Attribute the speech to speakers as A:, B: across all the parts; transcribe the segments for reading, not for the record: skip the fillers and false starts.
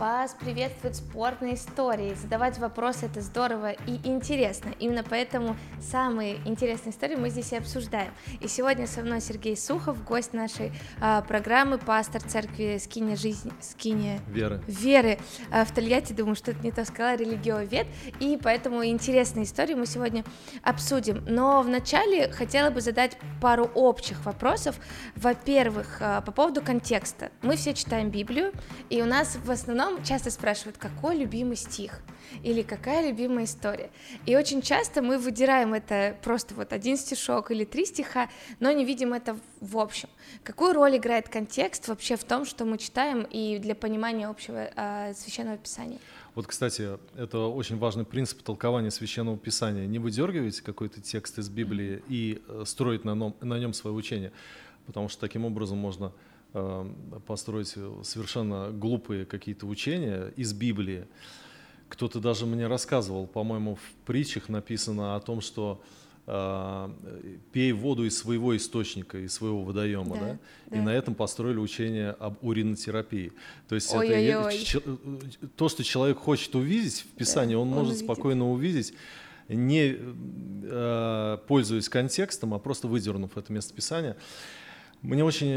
A: Вас приветствует спортные истории. Задавать вопросы — это здорово и интересно. Именно поэтому самые интересные истории мы здесь и обсуждаем. И сегодня со мной Сергей Сухов, гость нашей программы, пастор церкви Скиния Веры в Тольятти. Думаю, что это не то сказала, религиовед. И поэтому интересные истории мы сегодня обсудим. Но вначале хотела бы задать пару общих вопросов. Во-первых, по поводу контекста. Мы все читаем Библию, и у нас в основном часто спрашивают, какой любимый стих или какая любимая история. И очень часто мы выдираем это просто вот один стишок или 3 стиха, но не видим это в общем. Какую роль играет контекст вообще в том, что мы читаем, и для понимания общего Священного Писания?
B: Вот, кстати, это очень важный принцип толкования Священного Писания. Не выдергивать какой-то текст из Библии и строить на нем свое учение, потому что таким образом можно построить совершенно глупые какие-то учения из Библии. Кто-то даже мне рассказывал, по-моему, в притчах написано о том, что пей воду из своего источника, из своего водоема, да? И на этом построили учение об уринотерапии. То есть то, что человек хочет увидеть в Писании, он может спокойно увидеть, не пользуясь контекстом, а просто выдернув это место Писания. Мне очень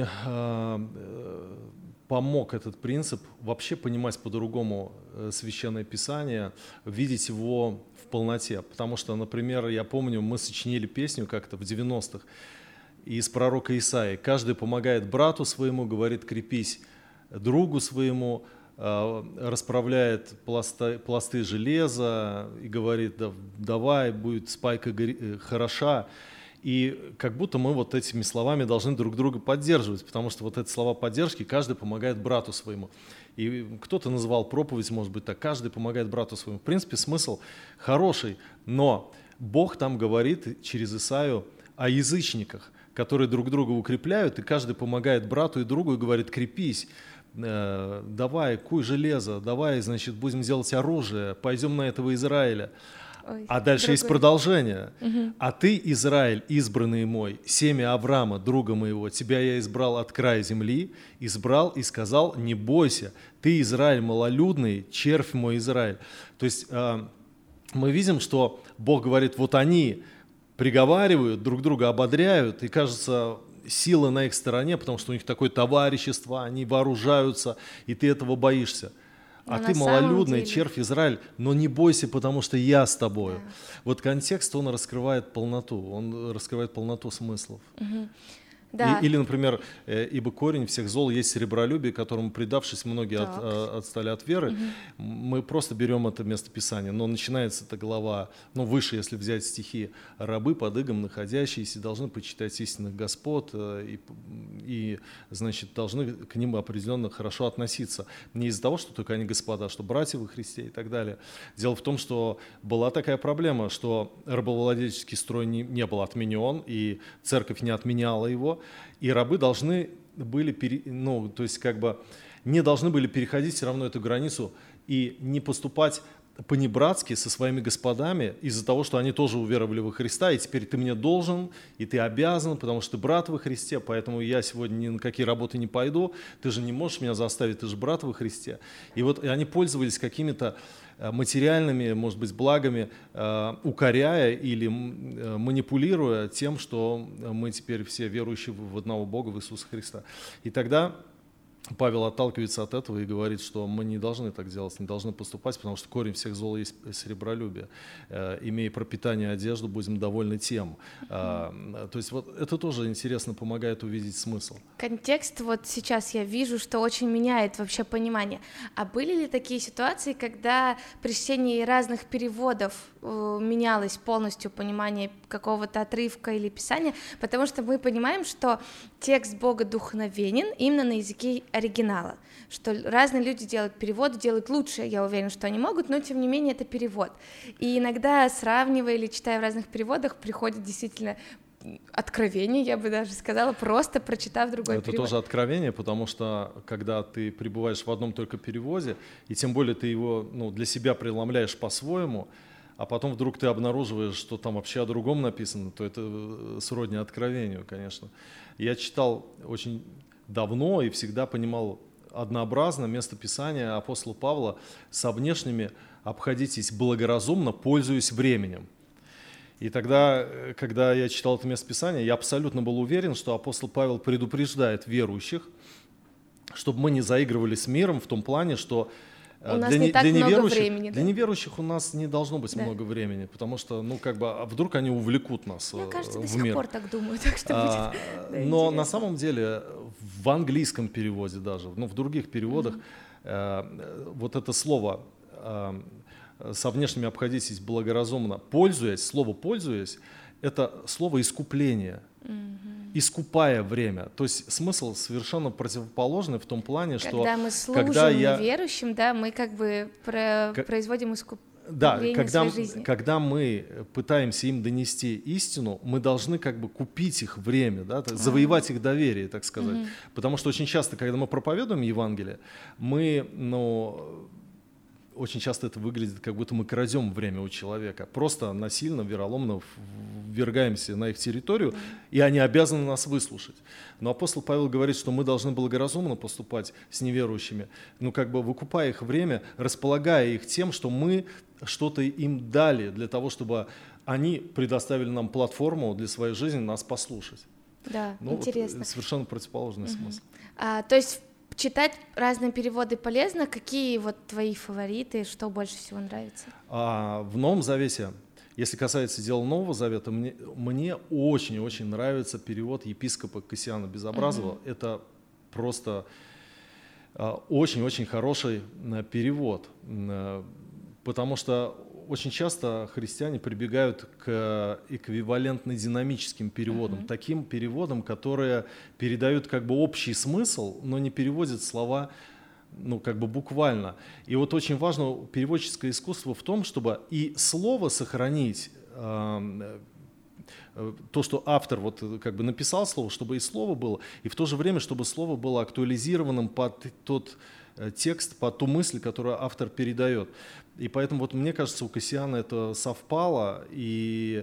B: помог этот принцип вообще понимать по-другому Священное Писание, видеть его в полноте. Потому что, например, я помню, мы сочинили песню как-то в 90-х из пророка Исаии. Каждый помогает брату своему, говорит, крепись, другу своему, расправляет пласты железа и говорит, давай, будет спайка хороша. И как будто мы вот этими словами должны друг друга поддерживать, потому что вот эти слова поддержки, каждый помогает брату своему. И кто-то называл проповедь, может быть, так, каждый помогает брату своему. В принципе, смысл хороший, но Бог там говорит через Исаию о язычниках, которые друг друга укрепляют, и каждый помогает брату и другу и говорит, крепись, давай, куй железо, давай, значит, будем делать оружие, пойдем на этого Израиля. А дальше есть продолжение. «А ты, Израиль, избранный мой, семя Авраама, друга моего, тебя я избрал от края земли, избрал и сказал, не бойся, ты, Израиль, малолюдный, червь мой Израиль». То есть мы видим, что Бог говорит, вот они приговаривают, друг друга ободряют, и кажется, сила на их стороне, потому что у них такое товарищество, они вооружаются, и ты этого боишься. А ты малолюдный, червь Израиль, но не бойся, потому что я с тобою. Да. Вот контекст, он раскрывает полноту смыслов.
A: Да.
B: Или, например, ибо корень всех зол есть сребролюбие, которому, предавшись, многие отстали от веры. Мы просто берем это место Писания, но начинается эта глава, выше, если взять стихи, рабы под игом находящиеся должны почитать истинных господ и, значит, должны к ним определенно хорошо относиться. Не из-за того, что только они господа, что братья во Христе и так далее. Дело в том, что была такая проблема, что рабовладельческий строй не был отменен, и церковь не отменяла его, и рабы должны были, не должны были переходить все равно эту границу и не поступать по-небратски со своими господами из-за того, что они тоже уверовали во Христа, и теперь ты мне должен, и ты обязан, потому что ты брат во Христе, поэтому я сегодня ни на какие работы не пойду, ты же не можешь меня заставить, ты же брат во Христе. И вот они пользовались какими-то материальными, может быть, благами, укоряя или манипулируя тем, что мы теперь все верующие в одного Бога, в Иисуса Христа. И тогда Павел отталкивается от этого и говорит, что мы не должны так делать, не должны поступать, потому что корень всех зол есть сребролюбие. Имея пропитание, одежду, будем довольны тем. То есть вот это тоже интересно помогает увидеть смысл.
A: Контекст вот сейчас я вижу, что очень меняет вообще понимание. А были ли такие ситуации, когда при чтении разных переводов менялось полностью понимание какого-то отрывка или писания? Потому что мы понимаем, что текст Бога духовновенен именно на языке оригинала, что разные люди делают переводы, делают лучше, я уверена, что они могут, но тем не менее это перевод. И иногда, сравнивая или читая в разных переводах, приходит действительно откровение, я бы даже сказала, просто прочитав другой перевод.
B: Это тоже откровение, потому что когда ты пребываешь в одном только переводе, и тем более ты его для себя преломляешь по-своему, а потом вдруг ты обнаруживаешь, что там вообще о другом написано, то это сродни откровению, конечно. Я читал очень давно и всегда понимал однообразно, место Писания апостола Павла: «Со внешними обходитесь благоразумно, пользуясь временем». И тогда, когда я читал это место Писания, я абсолютно был уверен, что апостол Павел предупреждает верующих, чтобы мы не заигрывали с миром в том плане, что для неверующих у нас не должно быть много времени, потому что, вдруг они увлекут нас в мир.
A: Мне кажется, до сих пор так думаю, так что будет.
B: Но на самом деле в английском переводе даже, в других переводах, вот это слово «со внешними обходитесь благоразумно, пользуясь», слово «пользуясь» — это слово искупление, искупая время. То есть смысл совершенно противоположный в том плане, что...
A: Когда мы служим верующим, да, мы производим искупление своей жизни.
B: Когда мы пытаемся им донести истину, мы должны купить их время, да, завоевать их доверие, так сказать. Потому что очень часто, когда мы проповедуем Евангелие, очень часто это выглядит, как будто мы крадем время у человека. Просто насильно, вероломно ввергаемся на их территорию, и они обязаны нас выслушать. Но апостол Павел говорит, что мы должны благоразумно поступать с неверующими, выкупая их время, располагая их тем, что мы что-то им дали для того, чтобы они предоставили нам платформу для своей жизни нас послушать.
A: Да, интересно.
B: Совершенно противоположный смысл.
A: То есть читать разные переводы полезно. Какие твои фавориты, что больше всего нравится?
B: В Новом Завете, если касается дела Нового Завета, мне очень-очень нравится перевод епископа Кассиана Безобразова. Это просто очень-очень хороший перевод, потому что очень часто христиане прибегают к эквивалентно-динамическим переводам, таким переводам, которые передают общий смысл, но не переводят слова буквально. И очень важно переводческое искусство в том, чтобы и слово сохранить, то, что автор написал слово, чтобы и слово было, и в то же время, чтобы слово было актуализированным под тот текст, под ту мысль, которую автор передает. И поэтому мне кажется, у Кассиана это совпало, и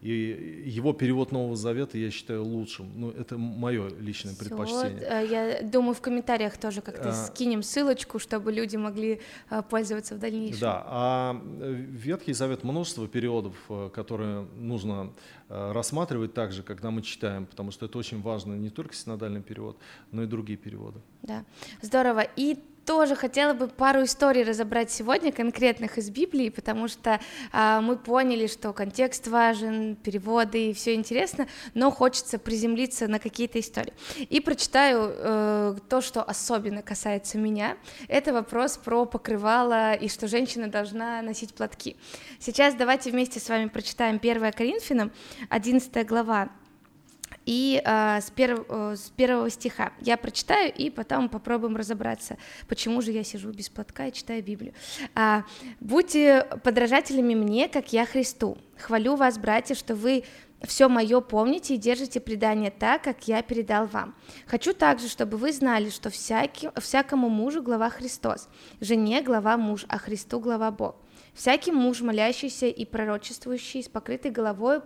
B: его перевод Нового Завета я считаю лучшим. Это мое личное предпочтение.
A: Я думаю, в комментариях тоже как-то скинем ссылочку, чтобы люди могли пользоваться в дальнейшем.
B: Да, а Ветхий Завет множество переводов, которые нужно рассматривать также, когда мы читаем, потому что это очень важно, не только синодальный перевод, но и другие переводы.
A: Да, здорово. И тоже хотела бы пару историй разобрать сегодня, конкретных из Библии, потому что мы поняли, что контекст важен, переводы, и все интересно, но хочется приземлиться на какие-то истории. И прочитаю то, что особенно касается меня. Это вопрос про покрывало и что женщина должна носить платки. Сейчас давайте вместе с вами прочитаем 1 Коринфянам, 11 глава. И с первого стиха я прочитаю, и потом попробуем разобраться, почему же я сижу без платка и читаю Библию. «Будьте подражателями мне, как я Христу. Хвалю вас, братья, что вы все мое помните и держите предание так, как я передал вам. Хочу также, чтобы вы знали, что всякому мужу глава Христос, жене глава муж, а Христу глава Бог. Всякий муж, молящийся и пророчествующий с покрытой головой,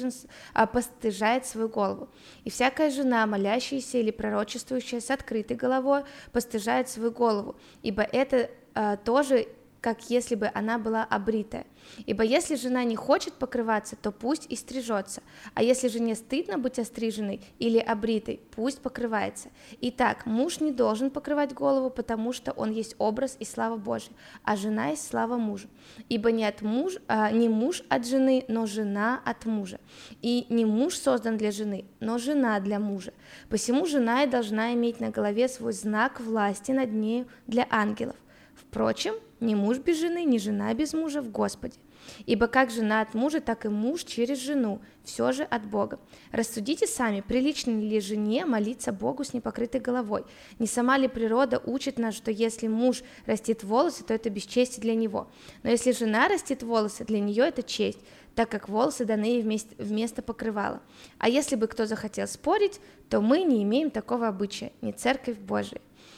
A: постыжает свою голову. И всякая жена, молящаяся или пророчествующая с открытой головой, постыжает свою голову, ибо это тоже как если бы она была обритая. Ибо если жена не хочет покрываться, то пусть и стрижется, а если жене стыдно быть остриженной или обритой, пусть покрывается. Итак, муж не должен покрывать голову, потому что он есть образ и слава Божия, а жена есть слава мужа. Ибо не муж от жены, но жена от мужа. И не муж создан для жены, но жена для мужа. Посему жена и должна иметь на голове свой знак власти над нею для ангелов. Впрочем, ни муж без жены, ни жена без мужа в Господе. Ибо как жена от мужа, так и муж через жену, все же от Бога. Рассудите сами, прилично ли жене молиться Богу с непокрытой головой? Не сама ли природа учит нас, что если муж растит волосы, то это бесчестие для него? Но если жена растит волосы, для нее это честь, так как волосы даны ей вместо покрывала. А если бы кто захотел спорить, то мы не имеем такого обычая, не церковь Божия.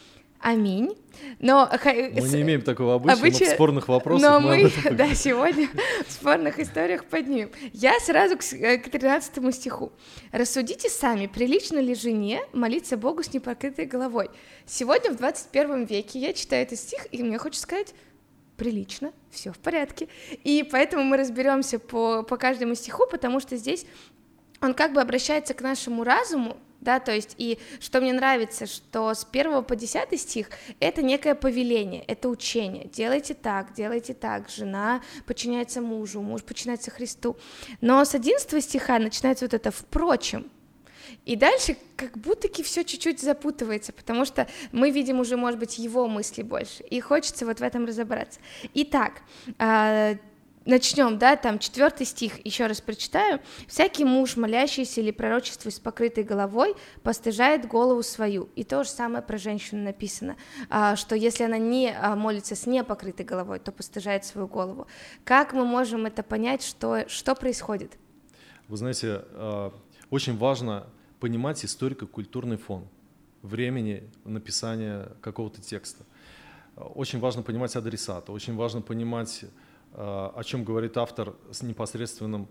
A: Аминь. Но
B: мы не имеем такого обычая, но в спорных вопросах
A: но мы да, сегодня в спорных историях поднимем. Я сразу к 13 стиху. «Рассудите сами, прилично ли жене молиться Богу с непокрытой головой?» Сегодня в 21 веке я читаю этот стих, и мне хочется сказать: прилично, все в порядке. И поэтому мы разберемся по каждому стиху, потому что здесь он как бы обращается к нашему разуму, да, то есть, и что мне нравится, что с 1 по 10 стих это некое повеление, это учение, делайте так, жена подчиняется мужу, муж подчиняется Христу, но с 11 стиха начинается вот это «впрочем», и дальше как будто-таки все чуть-чуть запутывается, потому что мы видим уже, может быть, его мысли больше, и хочется вот в этом разобраться. Итак, начнем, да, там 4 стих, еще раз прочитаю. «Всякий муж, молящийся или пророчествует с покрытой головой, постыжает голову свою». И то же самое про женщину написано, что если она не молится с непокрытой головой, то постыжает свою голову. Как мы можем это понять, что происходит?
B: Вы знаете, очень важно понимать историко-культурный фон времени написания какого-то текста. Очень важно понимать адресата, очень важно понимать, о чем говорит автор с непосредственным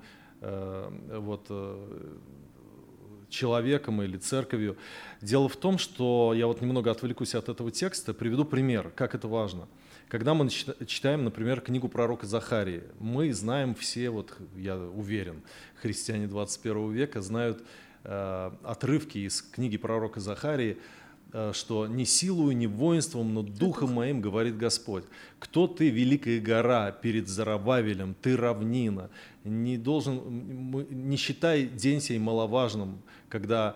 B: человеком или церковью. Дело в том, что я вот немного отвлекусь от этого текста, приведу пример, как это важно. Когда мы читаем, например, книгу пророка Захарии, мы знаем все, вот я уверен, христиане 21 века знают отрывки из книги пророка Захарии, что «не силою, не воинством, но духом моим, говорит Господь. Кто ты, великая гора, перед Зоробавелем, ты равнина, не считай день сей маловажным, когда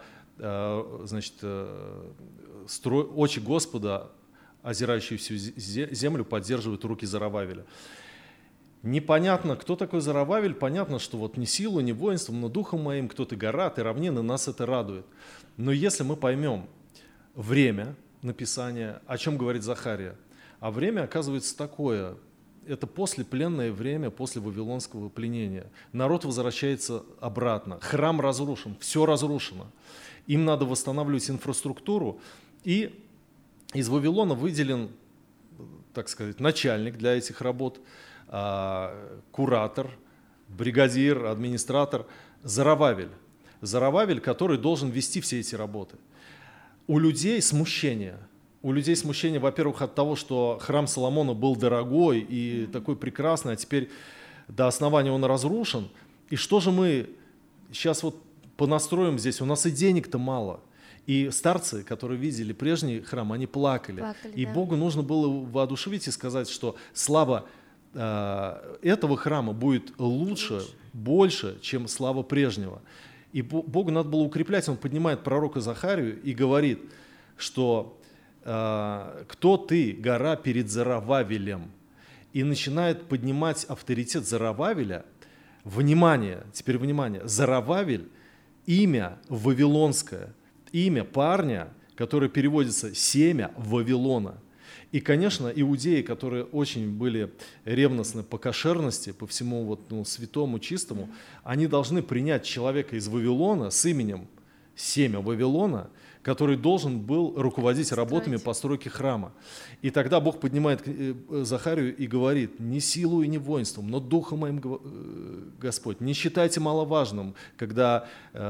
B: очи Господа, озирающие всю землю, поддерживают руки Зоробавеля». Непонятно, кто такой Зоробавель, понятно, что вот не силу, не воинством, но духом моим, кто ты гора, ты равнина, нас это радует. Но если мы поймем время написания, о чем говорит Захария, а время оказывается такое, это послепленное время, после вавилонского пленения. Народ возвращается обратно, храм разрушен, все разрушено. Им надо восстанавливать инфраструктуру, и из Вавилона выделен, так сказать, начальник для этих работ, куратор, бригадир, администратор Зоробавель. Зоробавель, который должен вести все эти работы. У людей смущение. Во-первых, от того, что храм Соломона был дорогой и такой прекрасный, а теперь до основания он разрушен. И что же мы сейчас вот понастроим здесь? У нас и денег-то мало. И старцы, которые видели прежний храм, они плакали. И да. Богу нужно было воодушевить и сказать, что слава этого храма будет лучше, больше, чем слава прежнего. И Богу надо было укреплять. Он поднимает пророка Захарию и говорит, что «кто ты, гора, перед Зоробавелем?» И начинает поднимать авторитет Зоробавеля. Внимание, теперь внимание, Зоробавель – имя вавилонское, имя парня, которое переводится «семя Вавилона». И, конечно, иудеи, которые очень были ревностны по кошерности, по всему святому, чистому, они должны принять человека из Вавилона с именем «семя Вавилона», который должен был руководить работами постройки храма. И тогда Бог поднимает Захарию и говорит: «Не силою и не воинством, но духом моим, Господь. Не считайте маловажным, когда,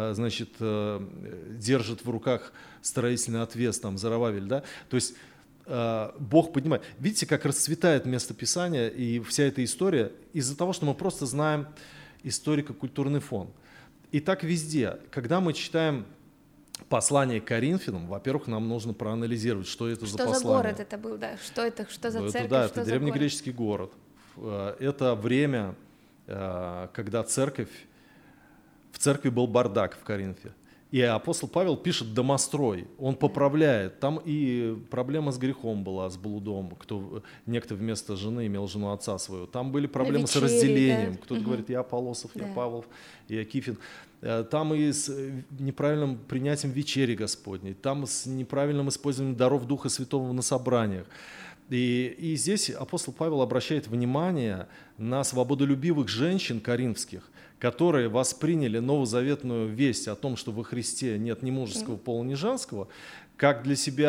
B: держит в руках строительный отвес, там, Зоробавель». Да? То есть Бог поднимает. Видите, как расцветает местописание и вся эта история из-за того, что мы просто знаем историко-культурный фон. И так везде. Когда мы читаем послание к Коринфянам, во-первых, нам нужно проанализировать, что это за послание.
A: Что за город это был, да? Что за церковь,
B: да,
A: что
B: это
A: за
B: древнегреческий город. Это время, когда в церкви был бардак в Коринфе. И апостол Павел пишет домострой, он поправляет. Там и проблема с грехом была, с блудом. Некто вместо жены имел жену отца своего. Там были проблемы с разделением. Да? Кто-то говорит: я Аполлосов, я Павлов, я Кифин. Там и с неправильным принятием вечери Господней. Там с неправильным использованием даров Духа Святого на собраниях. И здесь апостол Павел обращает внимание на свободолюбивых женщин коринфских, которые восприняли новозаветную весть о том, что во Христе нет ни мужеского пола, ни женского, как для себя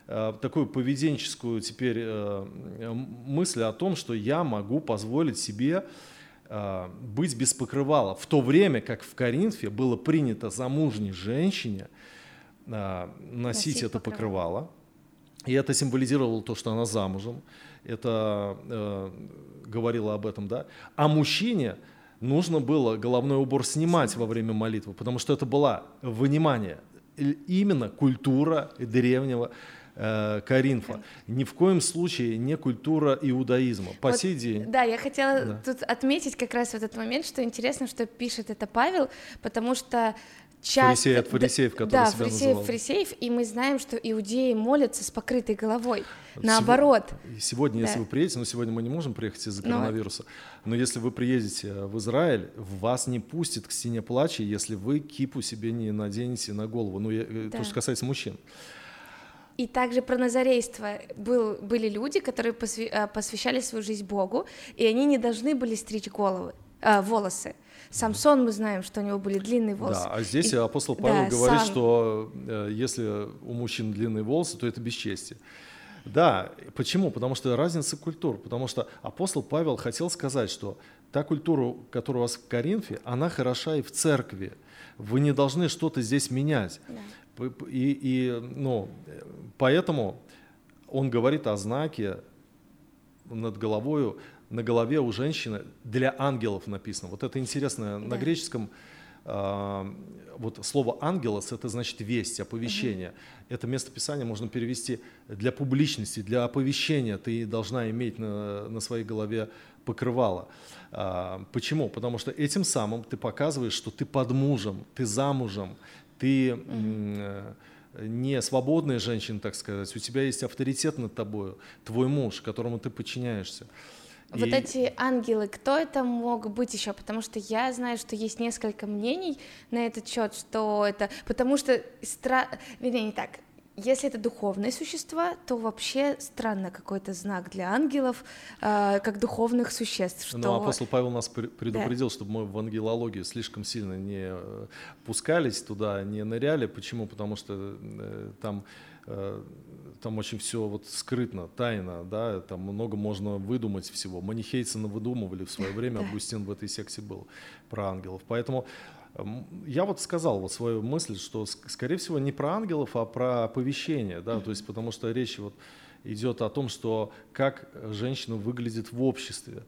B: такую поведенческую теперь мысль о том, что я могу позволить себе быть без покрывала, в то время как в Коринфе было принято замужней женщине носить это покрывало, и это символизировало то, что она замужем, это говорило об этом, да, а мужчине нужно было головной убор снимать во время молитвы, потому что это была, внимание, именно культура древнего Коринфа. Ни в коем случае не культура иудаизма. По сей день.
A: Да, я хотела тут отметить как раз в этот момент, что интересно, что пишет это Павел, потому что часто...
B: Фарисей от фарисеев, которые себя называл.
A: Фарисеев, и мы знаем, что иудеи молятся с покрытой головой. Наоборот.
B: Сегодня, если вы приедете, но сегодня мы не можем приехать из-за коронавируса, но если вы приедете в Израиль, вас не пустят к стене плача, если вы кипу себе не наденете на голову. То, что касается мужчин.
A: И также про назарейство были люди, которые посвящали свою жизнь Богу, и они не должны были стричь волосы. Самсон, мы знаем, что у него были длинные волосы.
B: Да, а здесь апостол Павел говорит, что если у мужчин длинные волосы, то это бесчестие. Да, почему? Потому что разница культур. Потому что апостол Павел хотел сказать, что та культура, которая у вас в Коринфе, она хороша и в церкви. Вы не должны что-то здесь менять. Да. Поэтому он говорит о знаке над головою, на голове у женщины для ангелов написано. Вот это интересно. Да. На греческом вот слово «ангелос» — это значит весть, оповещение. Это местописание можно перевести для публичности, для оповещения. Ты должна иметь на своей голове покрывало. Почему? Потому что этим самым ты показываешь, что ты под мужем, ты замужем, ты не свободная женщина, так сказать, у тебя есть авторитет над тобой, твой муж, которому ты подчиняешься.
A: Вот эти ангелы, кто это мог быть еще? Потому что я знаю, что есть несколько мнений на этот счет, что это... Потому что... Вернее, не так. Если это духовные существа, то вообще странно какой-то знак для ангелов, как духовных существ. Что...
B: Но апостол Павел нас предупредил, чтобы мы в ангелологию слишком сильно не пускались туда, не ныряли. Почему? Потому что там очень все вот скрытно, тайно, да, там много можно выдумать всего. Манихейцы навыдумывали в свое время, Августин в этой секте был про ангелов. Поэтому я вот сказал вот свою мысль, что, скорее всего, не про ангелов, а про оповещение, да, то есть потому что речь вот идет о том, что как женщина выглядит в обществе.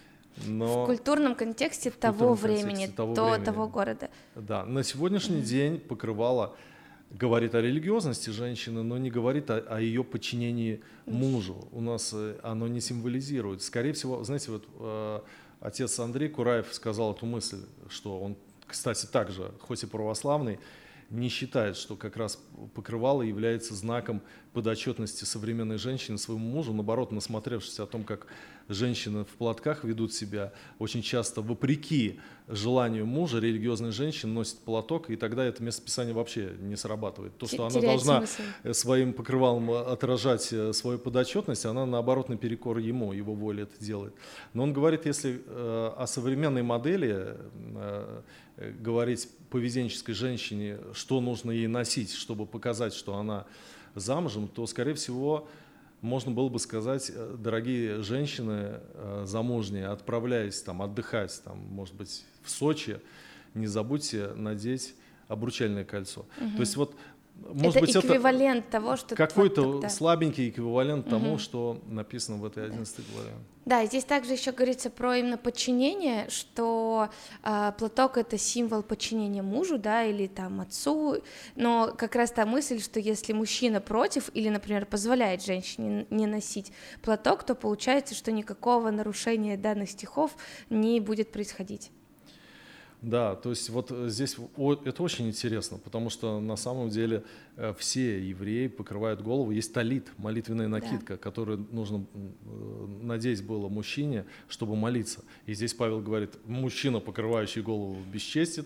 B: Но
A: в культурном контексте того времени, того города.
B: Да, на сегодняшний день покрывало говорит о религиозности женщины, но не говорит о ее подчинении мужу. У нас оно не символизирует. Скорее всего, знаете, вот отец Андрей Кураев сказал эту мысль, что он, кстати, также, хоть и православный, не считает, что как раз покрывало является знаком подотчетности современной женщины своему мужу. Наоборот, насмотревшись о том, как женщины в платках ведут себя, очень часто вопреки желанию мужа, религиозная женщина носит платок, и тогда это местописание вообще не срабатывает. То, что она должна своим покрывалом отражать свою подотчетность, она наоборот наперекор ему, его воле это делает. Но он говорит, если о современной модели говорить поведенческой женщине, что нужно ей носить, чтобы показать, что она замужем, то, скорее всего, можно было бы сказать, дорогие женщины замужние, отправляясь там отдыхать, там, может быть, в Сочи, не забудьте надеть обручальное кольцо. То есть вот, может быть,
A: эквивалент того, что
B: какой-то слабенький эквивалент тому, что написано в этой 11 главе.
A: Да, и здесь также еще говорится про именно подчинение, что платок — это символ подчинения мужу, да, или там отцу, но как раз та мысль, что если мужчина против или, например, позволяет женщине не носить платок, то получается, что никакого нарушения данных стихов не будет происходить.
B: Да, то есть вот здесь это очень интересно, потому что на самом деле все евреи покрывают голову. Есть талит, молитвенная накидка, которую нужно надеть было мужчине, чтобы молиться. И здесь Павел говорит, мужчина, покрывающий голову, бесчестит.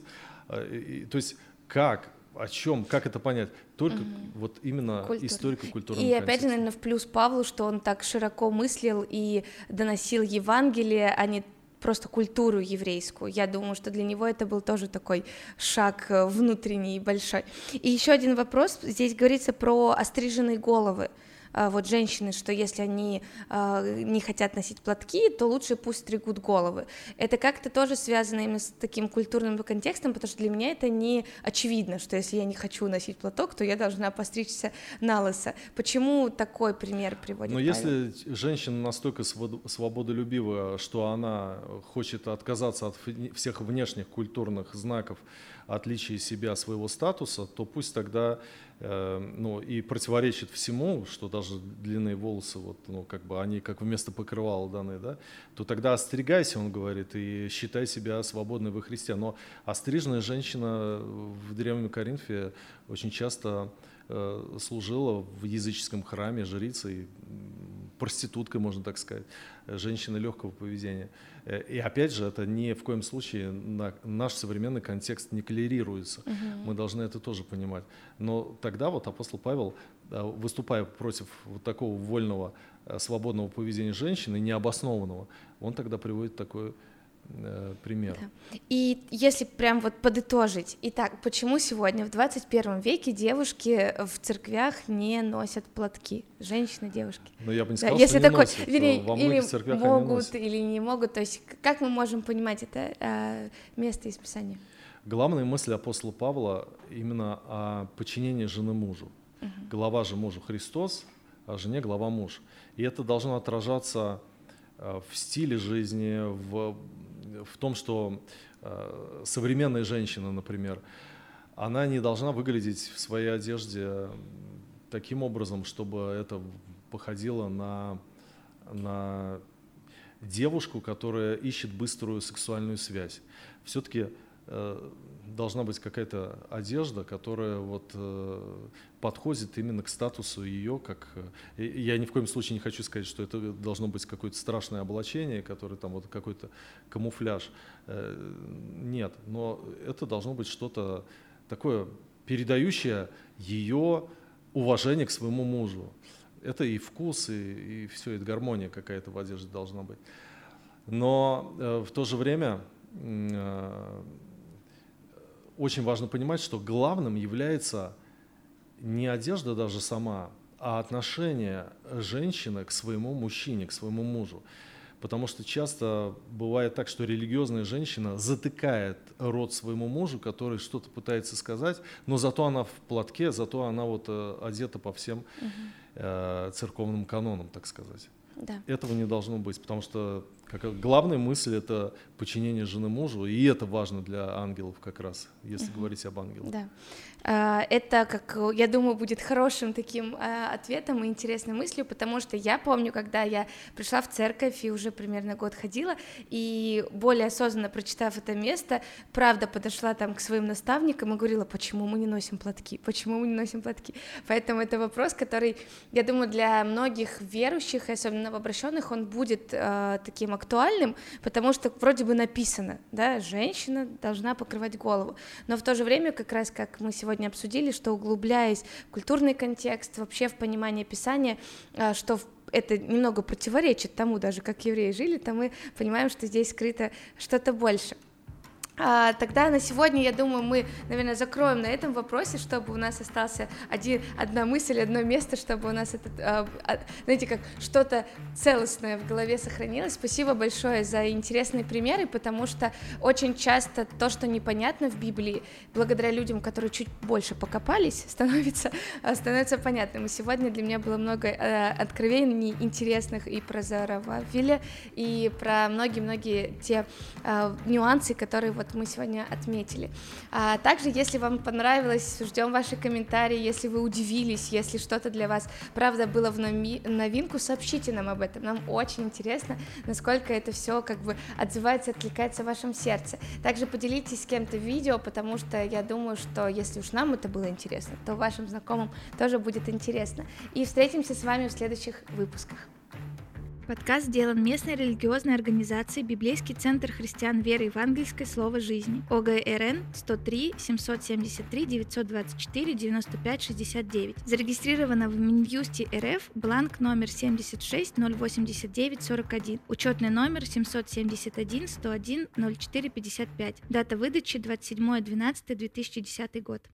B: То есть как? О чем? Как это понять? Только вот именно историко-культурный контекст.
A: И опять же, наверное, в плюс Павлу, что он так широко мыслил и доносил Евангелие, а не просто культуру еврейскую. Я думаю, что для него это был тоже такой шаг внутренний большой. И еще один вопрос, здесь говорится про остриженные головы. Вот женщины, что если они не хотят носить платки, то лучше пусть стригут головы. Это как-то тоже связано именно с таким культурным контекстом, потому что для меня это не очевидно, что если я не хочу носить платок, то я должна постричься на лысо. Почему такой пример приводит
B: Но
A: Павел?
B: если женщина настолько свободолюбивая, что она хочет отказаться от всех внешних культурных знаков отличия себя, своего статуса, то пусть тогда и противоречит всему, что даже длинные волосы, они как вместо покрывала даны, да, то тогда остригайся, он говорит, и считай себя свободной во Христе. Но остриженная женщина в Древнем Коринфе очень часто служила в языческом храме жрицей, проституткой, можно так сказать, женщиной легкого поведения. И опять же, это ни в коем случае наш современный контекст не коллерируется. Мы должны это тоже понимать. Но тогда вот апостол Павел, выступая против вот такого вольного, свободного поведения женщины, необоснованного, он тогда приводит такой пример.
A: Да. И если прям вот подытожить, итак, почему сегодня в 21 веке девушки в церквях не носят платки? Женщины, девушки.
B: Но я бы не сказал,
A: если
B: что
A: такой,
B: носят.
A: или могут, или не могут. То есть как мы можем понимать это место из Писания?
B: Главная мысль апостола Павла именно о подчинении жены мужу. Глава же мужу Христос, а жене глава муж. И это должно отражаться в стиле жизни, в том, что современная женщина, например, она не должна выглядеть в своей одежде таким образом, чтобы это походило на девушку, которая ищет быструю сексуальную связь. Все-таки должна быть какая-то одежда, которая подходит именно к статусу ее, я ни в коем случае не хочу сказать, что это должно быть какое-то страшное облачение, которое там какой-то камуфляж. Нет, но это должно быть что-то такое, передающее ее уважение к своему мужу. Это и вкус, и все, это гармония какая-то в одежде должна быть. Но в то же время очень важно понимать, что главным является не одежда даже сама, а отношение женщины к своему мужчине, к своему мужу. Потому что часто бывает так, что религиозная женщина затыкает рот своему мужу, который что-то пытается сказать, но зато она в платке, зато она одета по всем церковным канонам, так сказать.
A: Да.
B: Этого не должно быть, потому что главная мысль — это подчинение жены мужу, и это важно для ангелов как раз, если говорить об ангелах.
A: Да. Это, я думаю, будет хорошим таким ответом и интересной мыслью, потому что я помню, когда я пришла в церковь и уже примерно год ходила, и более осознанно прочитав это место, правда подошла там к своим наставникам и говорила, почему мы не носим платки, почему мы не носим платки. Поэтому это вопрос, который, я думаю, для многих верующих, и особенно новообращенных, он будет таким актуальным, потому что вроде бы написано, да, женщина должна покрывать голову, но в то же время, как раз как мы сегодня обсудили, что углубляясь в культурный контекст, вообще в понимание Писания, что это немного противоречит тому, даже как евреи жили, то мы понимаем, что здесь скрыто что-то больше. Тогда на сегодня, я думаю, мы, наверное, закроем на этом вопросе, чтобы у нас остался одна мысль, одно место, чтобы у нас знаете, как что-то целостное в голове сохранилось. Спасибо большое за интересные примеры, потому что очень часто то, что непонятно в Библии, благодаря людям, которые чуть больше покопались, становится понятным. И сегодня для меня было много откровений интересных и про Зарававеля, и про многие-многие те нюансы, которые мы сегодня отметили. Также, если вам понравилось, ждем ваши комментарии, если вы удивились, если что-то для вас, правда, было в новинку, сообщите нам об этом, нам очень интересно, насколько это все отзывается, откликается в вашем сердце. Также поделитесь с кем-то видео, потому что я думаю, что если уж нам это было интересно, то вашим знакомым тоже будет интересно. И встретимся с вами в следующих выпусках. Подкаст сделан местной религиозной организацией Библейский центр христиан веры евангельской Слово жизни. ОГРН 103 773 924 95 69. Зарегистрировано в Минюсте РФ, бланк номер 76 089 41. Учетный номер 771 101 04 55. Дата выдачи 27.12.2010 год.